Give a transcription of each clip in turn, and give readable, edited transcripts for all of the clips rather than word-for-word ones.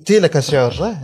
تيلك الشعور صح؟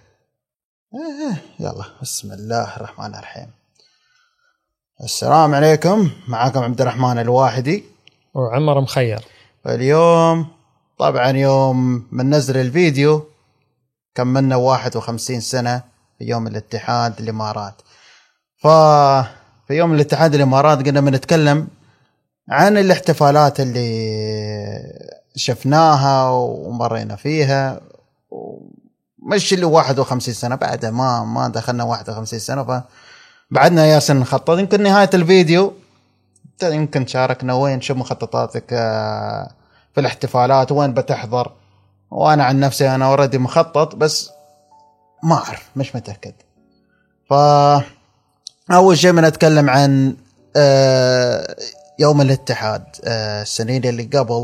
يلا بسم الله الرحمن الرحيم. السلام عليكم، معكم عبد الرحمن الواحدي وعمر مخير. اليوم طبعا يوم من نزل الفيديو كملنا 51 سنة في يوم الاتحاد الإمارات. ففي يوم الاتحاد الإمارات قلنا بنتكلم عن الاحتفالات اللي شفناها ومرينا فيها، مش اللي 51 سنة بعد ما دخلنا 51 سنة، فبعدنا ياسن نخطط. يمكن نهاية الفيديو يمكن شاركنا وين شو مخططاتك في الاحتفالات، وين بتحضر. وانا عن نفسي انا اوريدي مخطط بس ما اعرف، مش متأكد. فاول شيء بنتكلم عن يوم الاتحاد، السنين اللي قبل،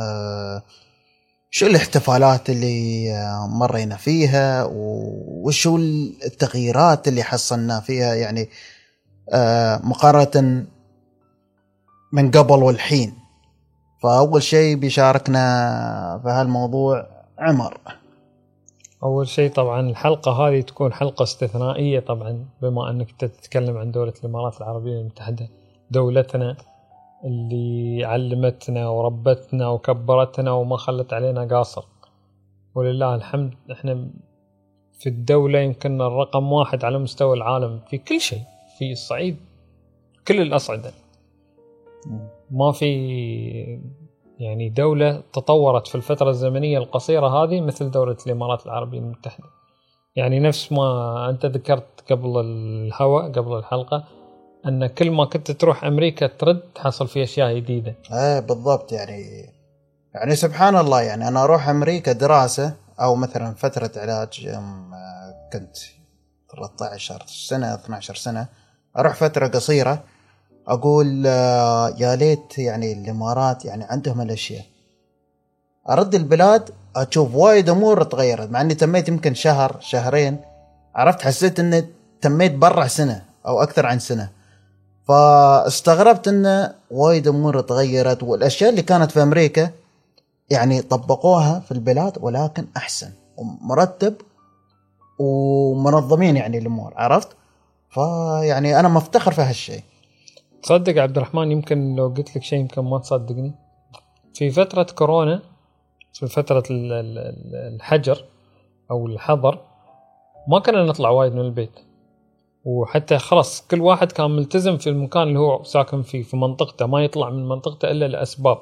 شو الاحتفالات اللي مرينا فيها وشو التغييرات اللي حصلنا فيها، يعني مقارنة من قبل والحين. فأول شيء بيشاركنا في هالموضوع عمر. أول شيء طبعا الحلقة هذه تكون حلقة استثنائية طبعا، بما أنك تتكلم عن دولة الإمارات العربية المتحدة، دولتنا اللي علمتنا وربتنا وكبرتنا وما خلت علينا قاصر، ولله الحمد. احنا في الدولة يمكن الرقم 1 على مستوى العالم في كل شيء، في الصعيد كل الأصعدة. ما في يعني دولة تطورت في الفترة الزمنية القصيرة هذه مثل دولة الإمارات العربية المتحدة. يعني نفس ما أنت ذكرت قبل الهواء قبل الحلقة، أن كل ما كنت تروح أمريكا ترد تحصل فيه أشياء جديدة. بالضبط. يعني سبحان الله، يعني أنا أروح أمريكا دراسة أو مثلا فترة علاج، كنت 13 سنة 12 سنة، أروح فترة قصيرة أقول يا ليت يعني الإمارات يعني عندهم الأشياء. أرد البلاد أشوف وايد أمور تغيرت، مع أني تميت يمكن شهر شهرين، عرفت، حسيت أني تميت برا سنة أو أكثر عن سنة. فاستغربت أن وايد أمور تغيرت، والأشياء اللي كانت في أمريكا يعني طبقوها في البلاد ولكن أحسن ومرتب ومنظمين يعني الأمور، عرفت. فيعني أنا مفتخر في هالشيء. تصدق عبد الرحمن، يمكن لو قلت لك شيء يمكن ما تصدقني. في فترة كورونا، في فترة الحجر أو الحظر، ما كنا نطلع وايد من البيت، وحتى خلاص كل واحد كان ملتزم في المكان اللي هو ساكن فيه في منطقته، ما يطلع من منطقته إلا لأسباب.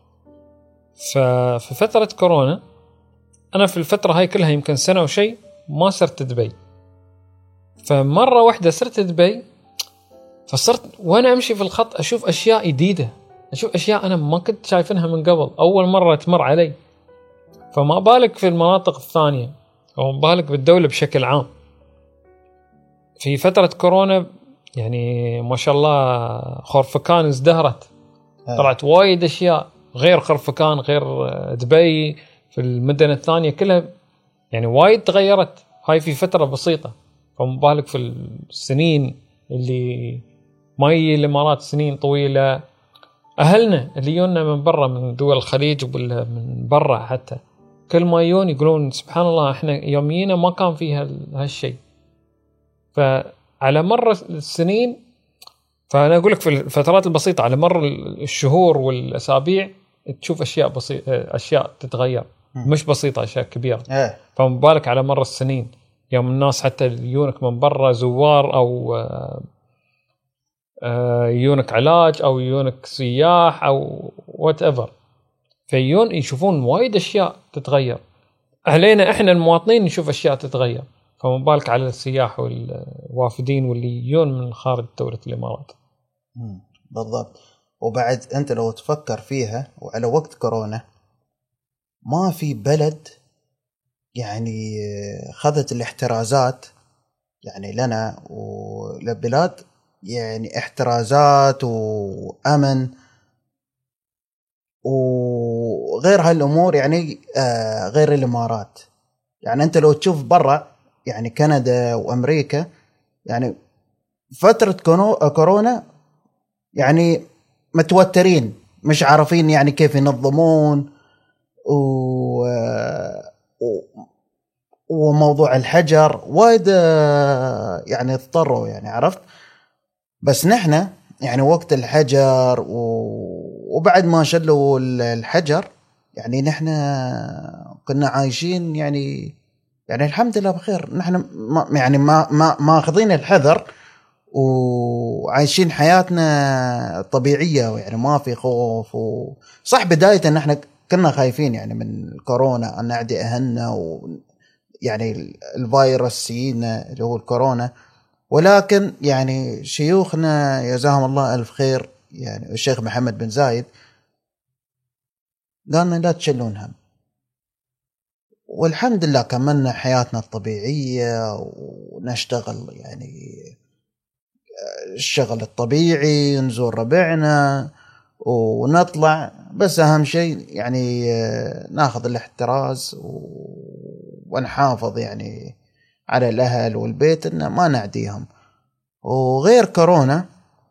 ففي فترة كورونا أنا في الفترة هاي كلها يمكن سنة وشيء ما سرت دبي. فمرة واحدة سرت دبي، فصرت وانا امشي في الخط اشوف اشياء جديده، اشوف اشياء انا ما كنت شايفينها من قبل، اول مره تمر علي. فما بالك في المناطق الثانيه، او ما بالك بالدوله بشكل عام. في فتره كورونا يعني ما شاء الله خرفكان ازدهرت، طلعت وايد اشياء غير خرفكان غير دبي، في المدن الثانيه كلها يعني وايد تغيرت. هاي في فتره بسيطه، فما بالك في السنين اللي ما هي الإمارات سنين طويلة. أهلنا اللي يجونا من برا من دول الخليج ولا من برا، حتى كل ما يجون يقولون سبحان الله إحنا يومينا ما كان فيها هالشيء. فعلى مر السنين، فأنا أقول لك في الفترات البسيطة على مر الشهور والأسابيع تشوف أشياء بسيطة، أشياء تتغير مش بسيطة، أشياء كبيرة. فما بالك على مر السنين يوم الناس حتى يجونك من برا زوار أو يونك علاج أو يونك سياح أو whatever، فيون يشوفون وايد أشياء تتغير. علينا إحنا المواطنين نشوف أشياء تتغير، فما بالك على السياح والوافدين واللي يجون من خارج دولة الإمارات. بالضبط. وبعد أنت لو تفكر فيها، وعلى وقت كورونا ما في بلد يعني خذت الاحترازات يعني لنا ولبلاد، يعني احترازات وأمن وغير هالأمور، يعني غير الإمارات. يعني أنت لو تشوف برا يعني كندا وأمريكا، يعني فترة كورونا يعني متوترين، مش عارفين يعني كيف ينظمون وموضوع الحجر وايد يعني اضطروا يعني عرفت. بس نحن يعني وقت الحجر وبعد ما شلوا الحجر يعني نحن كنا عايشين يعني الحمد لله بخير. نحن يعني ما ماخذين الحذر وعايشين حياتنا طبيعية يعني ما في خوف. صح بداية ان احنا كنا خايفين يعني من الكورونا ان نعدي اهلنا يعني الفيروس سينا اللي هو الكورونا. ولكن يعني شيوخنا جزاهم الله ألف خير يعني الشيخ محمد بن زايد قالنا لا تشيلون هم، والحمد لله كملنا حياتنا الطبيعية ونشتغل يعني الشغل الطبيعي، نزور ربعنا ونطلع. بس أهم شيء يعني ناخذ الاحتراز ونحافظ يعني على الأهل والبيت إن ما نعديهم. وغير كورونا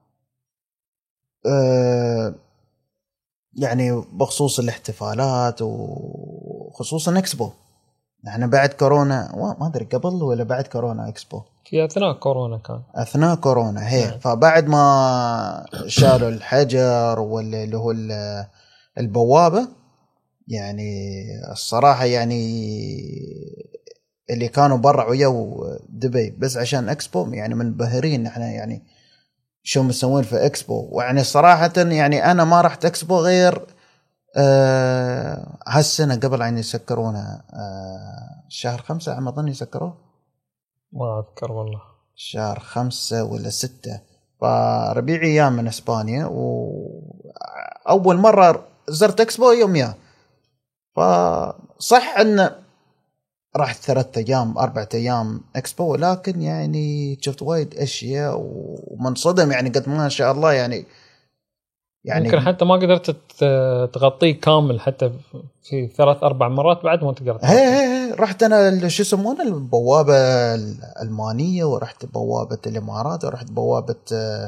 يعني بخصوص الاحتفالات وخصوصا اكسبو، نحن بعد كورونا ما ادري قبل ولا بعد كورونا اكسبو، في اثناء كورونا كان اثناء كورونا هي. فبعد ما شالوا الحجر واللي هو البوابه يعني الصراحه يعني اللي كانوا برا ويا دبي بس عشان اكسبو يعني منبهرين نحن يعني شو مسوين في اكسبو. ويعني صراحه يعني انا ما رحت اكسبو غير هالسنة قبل عن يسكرونا شهر 5 عم أظن يسكروه، ما أذكر والله شهر 5 ولا 6. فربيع أيام من إسبانيا وأول مرة زرت إكسبو يوم فصح أن رحت 3 أيام 4 أيام إكسبو، ولكن يعني شفت وايد أشياء ومنصدم يعني قد ما شاء الله يعني يمكن حتى ما قدرت تغطيه كامل حتى في 3-4 مرات بعد ما تقدر تغطيه. رحت انا شو يسمونه البوابه الالمانيه، ورحت بوابه الامارات، ورحت بوابه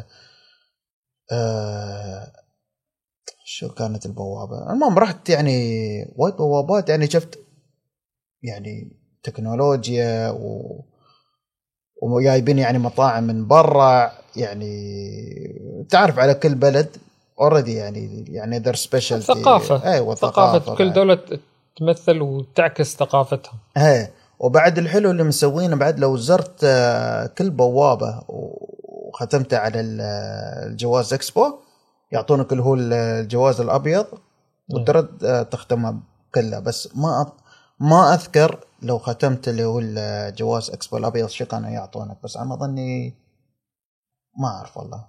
شو كانت البوابه. المهم رحت يعني وايد بوابات يعني شفت يعني تكنولوجيا وجايبين يعني مطاعم من برا يعني تعرف على كل بلد اوريدي يعني their specialty ثقافة. ايوه ثقافة كل دولة تمثل وتعكس ثقافتها. وبعد الحلو اللي مسوينه بعد لو زرت كل بوابة وختمت على الجواز اكسبو يعطونك اللي هو الجواز الابيض وترد تختمها كلها. بس ما اذكر لو ختمت اللي هو الجواز اكسبو الابيض شو كانوا يعطونك، بس انا ظني ما اعرف والله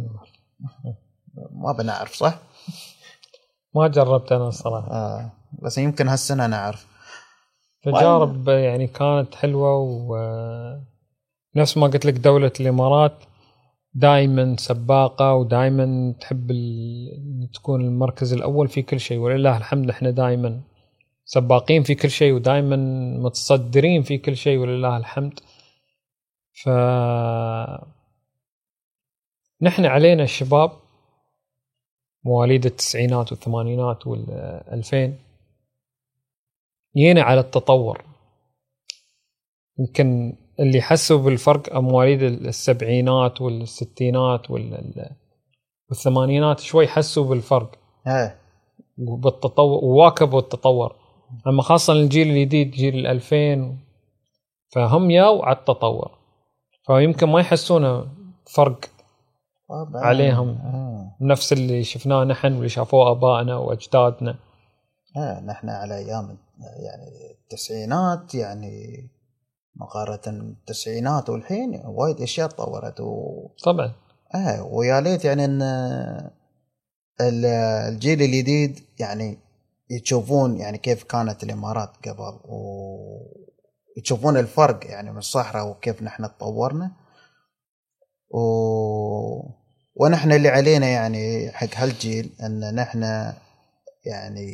ما بنعرف صح. ما جربت انا الصراحه بس يمكن هالسنه انا اعرف. تجارب يعني كانت حلوه، ونفس ما قلت لك دولة الامارات دائما سباقه ودائما تحب تكون المركز الاول في كل شيء، ولله الحمد احنا دائما سباقين في كل شيء ودائما متصدرين في كل شيء ولله الحمد. ف نحن علينا الشباب مواليد التسعينات والثمانينات والألفين جينا على التطور. يمكن اللي حسوا بالفرق مواليد السبعينات والستينات والثمانينات شوي حسوا بالفرق بالتطور وواكبوا التطور. أما خاصة الجيل الجديد جيل الألفين فهم ياو على التطور، فيمكن ما يحسون فرق عليهم نفس اللي شفناه نحن واللي شافوه آبائنا وأجدادنا. نحن على أيام يعني التسعينات يعني مقارنة التسعينات والحين وايد أشياء تطورت طبعا ويا ليت يعني إن الجيل الجديد يعني يشوفون يعني كيف كانت الإمارات قبل ويشوفون الفرق يعني من الصحراء وكيف نحن تطورنا ونحن اللي علينا يعني حق هالجيل ان نحن يعني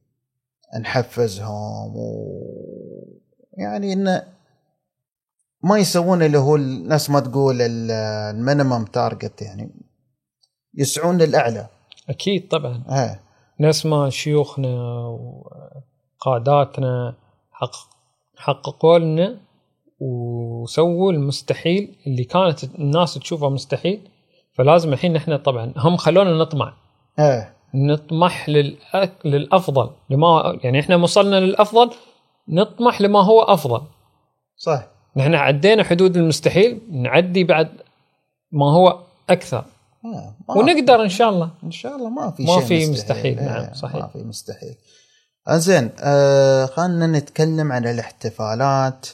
نحفزهم يعني ان ما يسوون اللي هو الناس ما تقول المينيمم تارجت، يعني يسعون للأعلى. أكيد طبعا ناس ما شيوخنا وقاداتنا حققوا لنا وسووا المستحيل اللي كانت الناس تشوفه مستحيل. فلازم الحين نحن طبعا هم خلونا نطمع نطمح للأفضل لما يعني إحنا وصلنا للأفضل نطمح لما هو أفضل. صح. نحن عدينا حدود المستحيل نعدي بعد ما هو أكثر ونقدر إن شاء الله. إن شاء الله ما في مستحيل. نعم صحيح ما في مستحيل. زين خلنا نتكلم عن الاحتفالات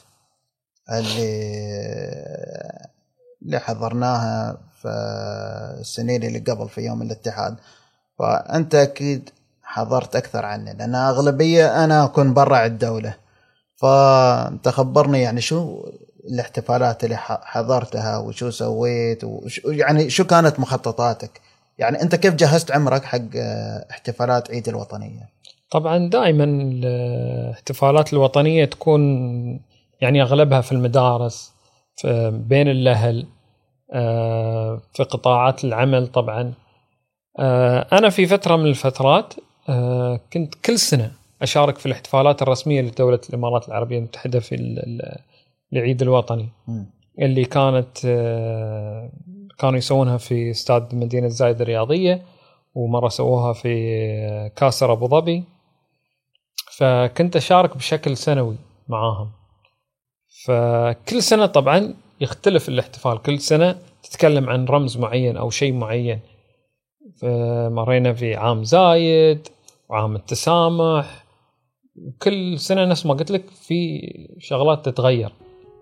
اللي حضرناها في السنين اللي قبل في يوم الاتحاد. فأنت أكيد حضرت أكثر عني لأن أغلبية أنا أكون برا الدولة. فأنت خبرني يعني شو الاحتفالات اللي حضرتها وشو سويت يعني شو كانت مخططاتك. يعني أنت كيف جهزت عمرك حق احتفالات عيد الوطنية؟ طبعا دائما الاحتفالات الوطنية تكون يعني أغلبها في المدارس بين الأهل في قطاعات العمل. طبعا أنا في فترة من الفترات كنت كل سنة أشارك في الاحتفالات الرسمية لدولة الإمارات العربية المتحدة في العيد الوطني اللي كانوا يسوونها في استاد مدينة زايد الرياضية ومرة سووها في كاسر أبو ظبي. فكنت أشارك بشكل سنوي معاهم. فكل سنة طبعا يختلف الاحتفال. كل سنة تتكلم عن رمز معين أو شيء معين. مرينا في عام زايد وعام التسامح وكل سنة نفس ما قلت لك في شغلات تتغير.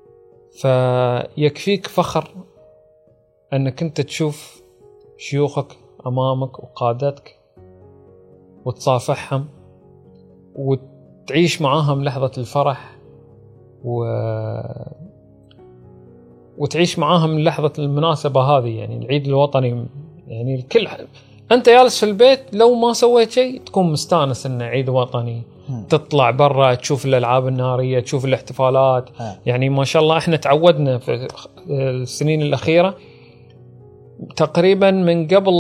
فيكفيك فخر أنك أنت تشوف شيوخك أمامك وقادتك وتصافحهم وتعيش معاهم لحظة الفرح وتعيش معاهم لحظة المناسبة هذه. يعني العيد الوطني يعني الكل أنت جالس في البيت لو ما سويت شيء تكون مستانس إنه عيد وطني. تطلع برا تشوف الألعاب النارية تشوف الاحتفالات. يعني ما شاء الله إحنا تعودنا في السنين الأخيرة تقريبا من قبل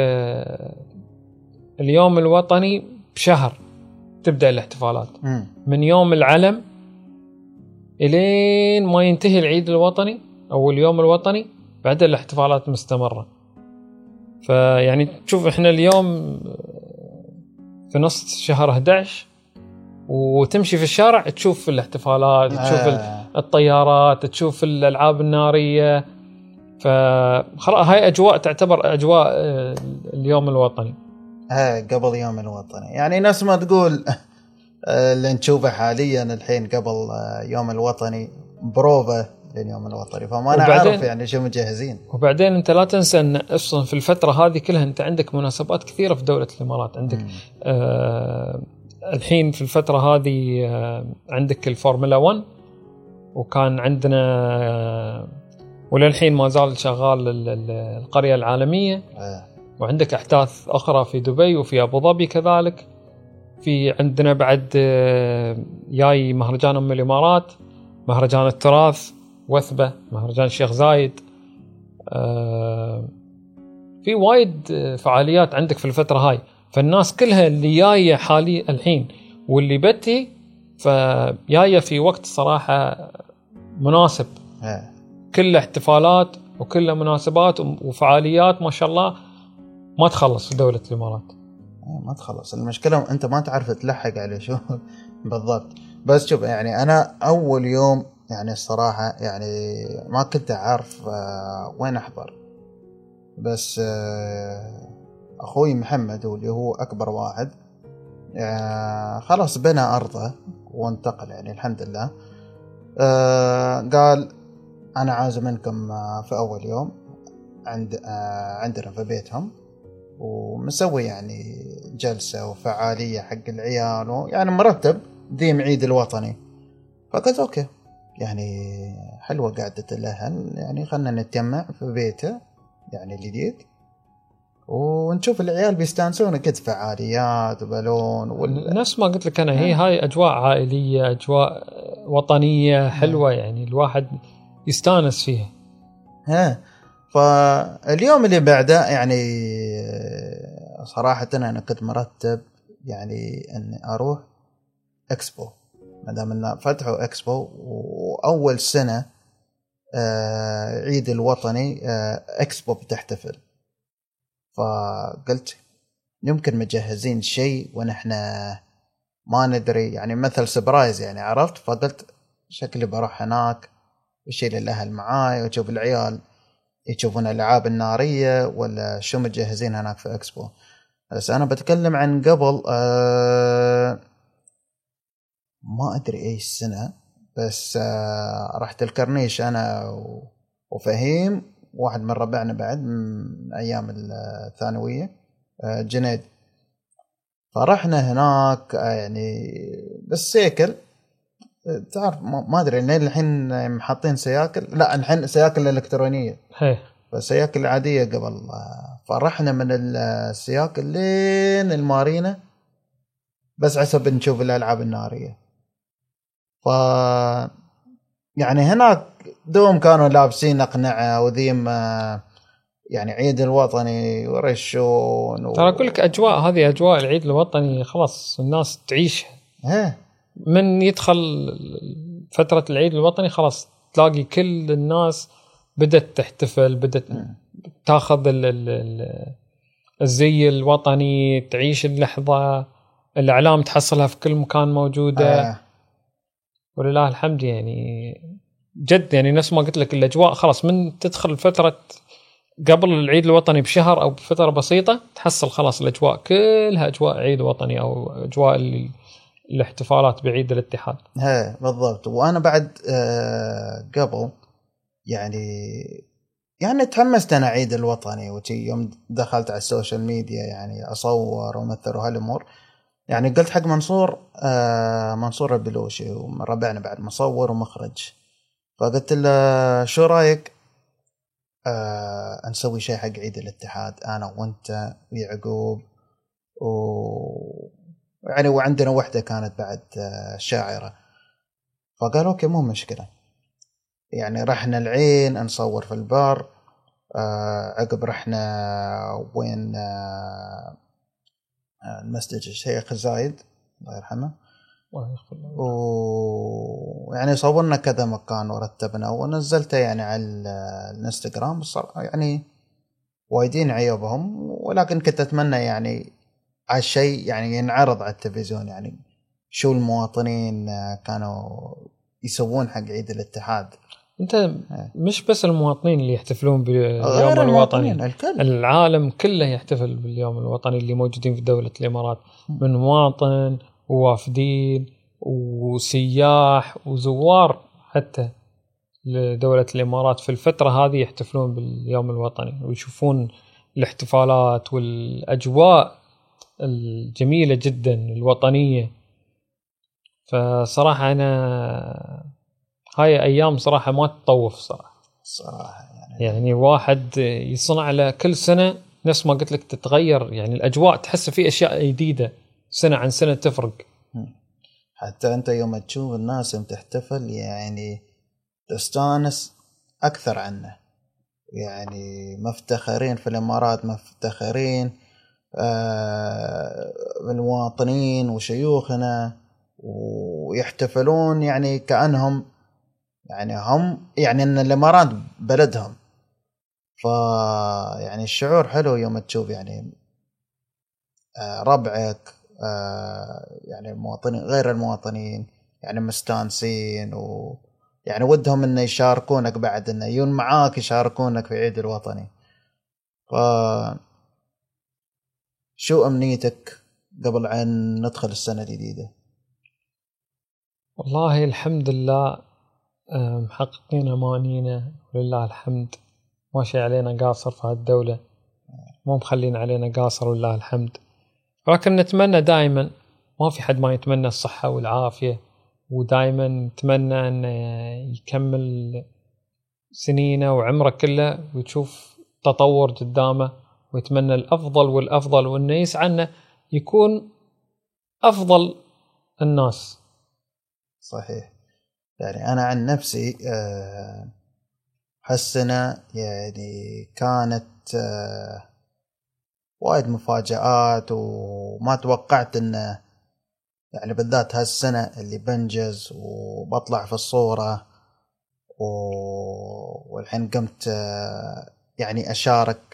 اليوم الوطني بشهر تبدأ الاحتفالات. من يوم العلم إلين ما ينتهي العيد الوطني أو اليوم الوطني بعد الاحتفالات مستمرة. فيعني تشوف إحنا اليوم في نص شهر 11 وتمشي في الشارع تشوف الاحتفالات تشوف الطيارات تشوف الألعاب النارية. فخلاص هاي أجواء تعتبر أجواء اليوم الوطني. قبل يوم الوطني يعني ناس ما تقول اللي نشوفه حاليا الحين قبل يوم الوطني بروفة لليوم الوطني. فما نعرف يعني شو مجهزين. وبعدين انت لا تنسى ان اصلا في الفترة هذه كلها انت عندك مناسبات كثيرة في دولة الامارات. عندك الحين في الفترة هذه عندك الفورمولا 1 وكان عندنا وللحين ما زال شغال القرية العالمية. وعندك احداث اخرى في دبي وفي ابو ظبي كذلك. في عندنا بعد جاي مهرجان ام الامارات مهرجان التراث وثبة مهرجان الشيخ زايد. في وايد فعاليات عندك في الفترة هاي. فالناس كلها اللي جاية حاليا الحين واللي بتي فجاية في وقت صراحة مناسب. كل احتفالات وكل مناسبات وفعاليات ما شاء الله ما تخلص في دولة الإمارات. ما تخلص. المشكلة أنت ما تعرف تلحق عليه شو بالضبط. بس شوف يعني أنا أول يوم يعني الصراحة يعني ما كنت أعرف وين أحضر. بس أخوي محمد واللي هو أكبر واحد خلاص بنى أرضه وانتقل يعني الحمد لله. قال أنا عازم منكم في أول يوم عندنا في بيتهم ومسوي يعني جلسة وفعالية حق العيال يعني مرتب ديم عيد الوطني. فقلت أوكي يعني حلوة قعدة الأهل يعني خلنا نتجمع في بيته يعني الجديد ونشوف العيال بيستانسون كده فعاليات وبالون نفس ما قلت لك أنا هي هاي أجواء عائلية أجواء وطنية حلوة يعني الواحد يستانس فيها. فاليوم اللي بعده يعني صراحة أنا كنت مرتب يعني أني أروح إكسبو ما دام إن فتحوا إكسبو وأول سنة عيد الوطني إكسبو بتحتفل، فقلت يمكن مجهزين شيء ونحن ما ندري، يعني مثل سبرايز يعني، عرفت؟ فقلت شكلي بروح هناك وشيل الأهل معاي وأشوف العيال يشوفون الألعاب النارية ولا شو متجهزين هناك في إكسبو. بس أنا بتكلم عن قبل ما أدري أي سنة، بس رحت الكرنيش أنا وفهيم واحد من ربعنا بعد من أيام الثانوية جنيد، فرحنا هناك يعني بالسيكل، تعرف ما أدري لين الحين محطين سياكل، لا الحين سياكل إلكترونية فسياكل عادية قبل. فرحنا من السياكل لين المارينا بس عسب نشوف الألعاب النارية. ف يعني هناك دوم كانوا لابسين أقنعة وذيم يعني عيد الوطني ورشون ترى أقول لك أجواء، هذه أجواء العيد الوطني خلاص الناس تعيشها. من يدخل فترة العيد الوطني خلاص تلاقي كل الناس بدأت تحتفل، بدأت تاخذ الزي الوطني، تعيش اللحظة، الإعلام تحصلها في كل مكان موجودة. ولله الحمد يعني جد، يعني نفس ما قلت لك الأجواء خلاص من تدخل فترة قبل العيد الوطني بشهر أو بفترة بسيطة تحصل خلاص الأجواء كلها أجواء عيد وطني أو أجواء الاحتفالات بعيد الاتحاد. بالضبط. وأنا بعد قبل يعني تحمست أنا عيد الوطني، وشي يوم دخلت على السوشيال ميديا يعني أصور ومثل وهالأمور، يعني قلت حق منصور البلوشي وربعنا بعد مصور ومخرج، فقلت له شو رأيك نسوي شيء حق عيد الاتحاد أنا وأنت ويعقوب يعني وعندنا وحدة كانت بعد شاعرة. فقال أوكي مو مشكلة، يعني رحنا العين نصور في البار، عقب رحنا وين المسجد الشيخ زايد الله يرحمه، ويعني صورنا كذا مكان ورتبنا ونزلته يعني على الانستغرام. الصراحة يعني وايدين عيوبهم، ولكن كنت أتمنى يعني على الشيء يعني ينعرض على التلفزيون، يعني شو المواطنين كانوا يسوون حق عيد الاتحاد. انت مش بس المواطنين اللي يحتفلون باليوم الوطني، الكل. العالم كله يحتفل باليوم الوطني اللي موجودين في دولة الإمارات، من مواطن ووافدين وسياح وزوار حتى لدولة الإمارات في الفترة هذه يحتفلون باليوم الوطني ويشوفون الاحتفالات والأجواء الجميلة جدا الوطنية. فصراحة أنا هاي أيام صراحة ما تطوف صراحة يعني واحد يصنع له كل سنة نفس ما قلت لك تتغير، يعني الأجواء تحس في أشياء جديدة سنة عن سنة تفرق. حتى أنت يوم تشوف الناس يوم تحتفل يعني تستانس أكثر عنه، يعني مفتخرين في الإمارات، مفتخرين بالمواطنين وشيوخنا ويحتفلون يعني كأنهم يعني هم يعني ان الامارات بلدهم. ف يعني الشعور حلو يوم تشوف يعني ربعك يعني المواطنين غير المواطنين يعني مستانسين، ويعني ودهم انه يشاركونك بعد، انه يجون معاك يشاركونك في عيد الوطني. ف شو امنيتك قبل ان ندخل السنة الجديدة؟ والله الحمد لله محققين أمانينا ولله الحمد، ماشي علينا قاصر في هالدولة، مو مخلين علينا قاصر ولله الحمد. ولكن نتمنى دائما، ما في حد ما يتمنى الصحة والعافية، ودائما نتمنى أن يكمل سنينه وعمره كله ويشوف تطور قدامه، ويتمنى الأفضل والأفضل، وأنه يسعى يكون أفضل الناس. صحيح. يعني أنا عن نفسي حسنا يعني كانت وايد مفاجآت، وما توقعت إنه يعني بالذات هالسنة اللي بنجز وبطلع في الصورة والحين قمت يعني أشارك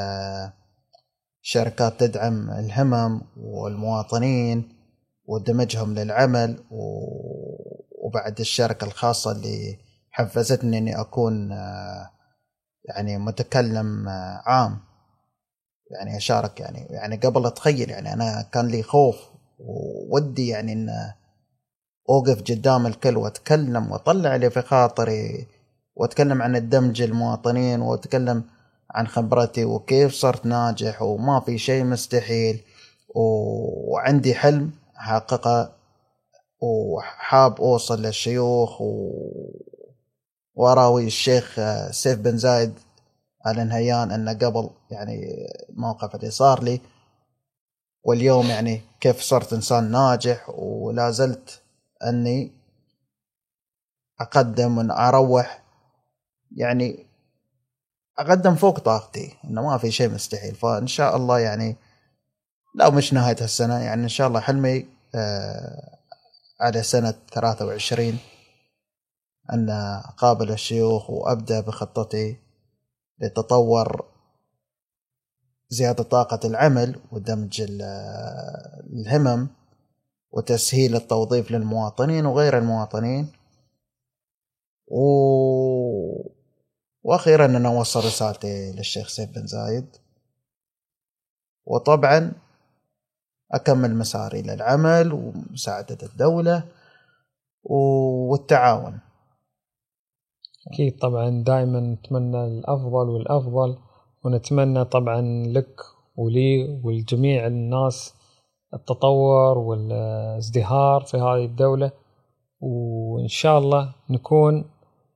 شركات تدعم الهمم والمواطنين ودمجهم للعمل، وبعد الشركة الخاصة اللي حفزتني أني أكون يعني متكلم عام، يعني أشارك. يعني قبل أتخيل يعني أنا كان لي خوف وودي يعني أن أوقف قدام الكل وأتكلم وأطلع اللي في خاطري وأتكلم عن الدمج المواطنين وأتكلم عن خبرتي وكيف صرت ناجح وما في شيء مستحيل، وعندي حلم حققه وحاب أوصل للشيوخ وأراوي الشيخ سيف بن زايد آل نهيان أنه قبل يعني موقف اللي صار لي واليوم يعني كيف صرت إنسان ناجح ولا زلت أني أقدم وأروح، يعني أقدم فوق طاقتي، إنه ما في شيء مستحيل. فإن شاء الله يعني لو مش نهاية السنة يعني إن شاء الله حلمي على سنة 23 أن أقابل الشيوخ وأبدأ بخطتي لتطور زيادة طاقة العمل ودمج الهمم وتسهيل التوظيف للمواطنين وغير المواطنين، وأخيرا أن أوصل رسالتي للشيخ سيف بن زايد، وطبعا أكمل مساري للعمل ومساعدة الدولة والتعاون. أكيد طبعا دائما نتمنى الأفضل والأفضل، ونتمنى طبعا لك ولي والجميع الناس التطور والازدهار في هذه الدولة، وإن شاء الله نكون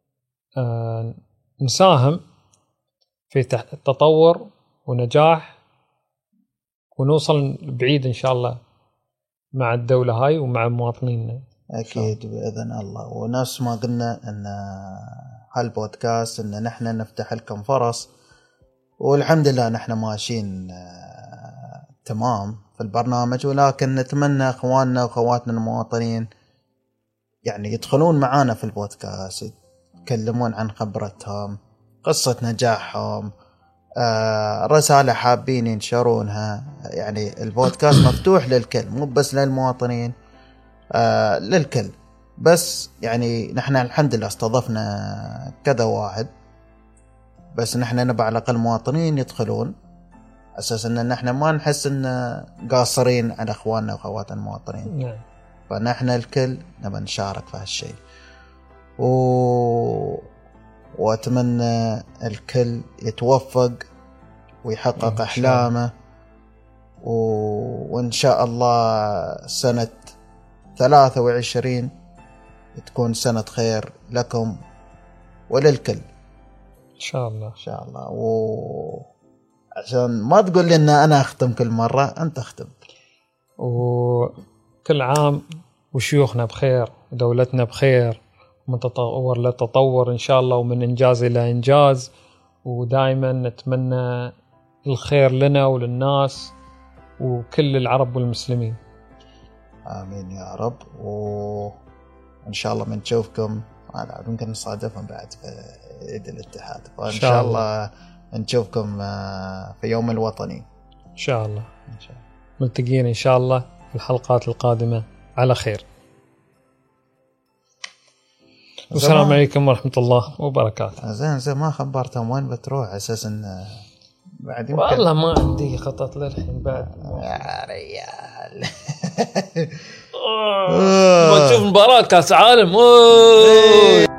نساهم في تطور ونجاح ونوصل بعيد إن شاء الله مع الدولة هاي ومع مواطنينا. أكيد بإذن الله. ونفس ما قلنا أن هالبودكاست أن نحن نفتح لكم فرص، والحمد لله نحن ماشيين تمام في البرنامج، ولكن نتمنى أخواننا وأخواتنا المواطنين يعني يدخلون معانا في البودكاست، يتكلمون عن خبرتهم، قصة نجاحهم، رسالة حابين ينشرونها. يعني البودكاست مفتوح للكل، مو بس للمواطنين، للكل. بس يعني نحن الحمد لله استضفنا كذا واحد، بس نحن نبع على الأقل مواطنين يدخلون أساس أن نحن ما نحس أن قاصرين على أخواننا وأخواتنا المواطنين. نعم. فنحن الكل نبى نشارك في هالشيء، وأتمنى الكل يتوفق ويحقق أحلامه، وإن شاء الله سنة 23 تكون سنة خير لكم وللكل إن شاء الله. إن شاء الله. عشان ما تقول لي إن أنا أختم كل مرة، أنت أختم. وكل عام وشيوخنا بخير ودولتنا بخير، ومن تطور لتطور إن شاء الله، ومن إنجاز إلى إنجاز، ودائما نتمنى الخير لنا وللناس وكل العرب والمسلمين. آمين يا رب. وإن شاء الله بنشوفكم، ممكن نصادفهم بعد في عيد الاتحاد، فإن شاء الله نشوفكم في يوم الوطني إن شاء الله. ملتقين إن شاء الله في الحلقات القادمة على خير. والسلام عليكم ورحمة الله وبركاته. زين ما خبرتهم وين بتروح أساس إن بعد يمكن. والله ما عندي خطط للحين بعد يا ريال. بنشوف مباراة كأس عالم.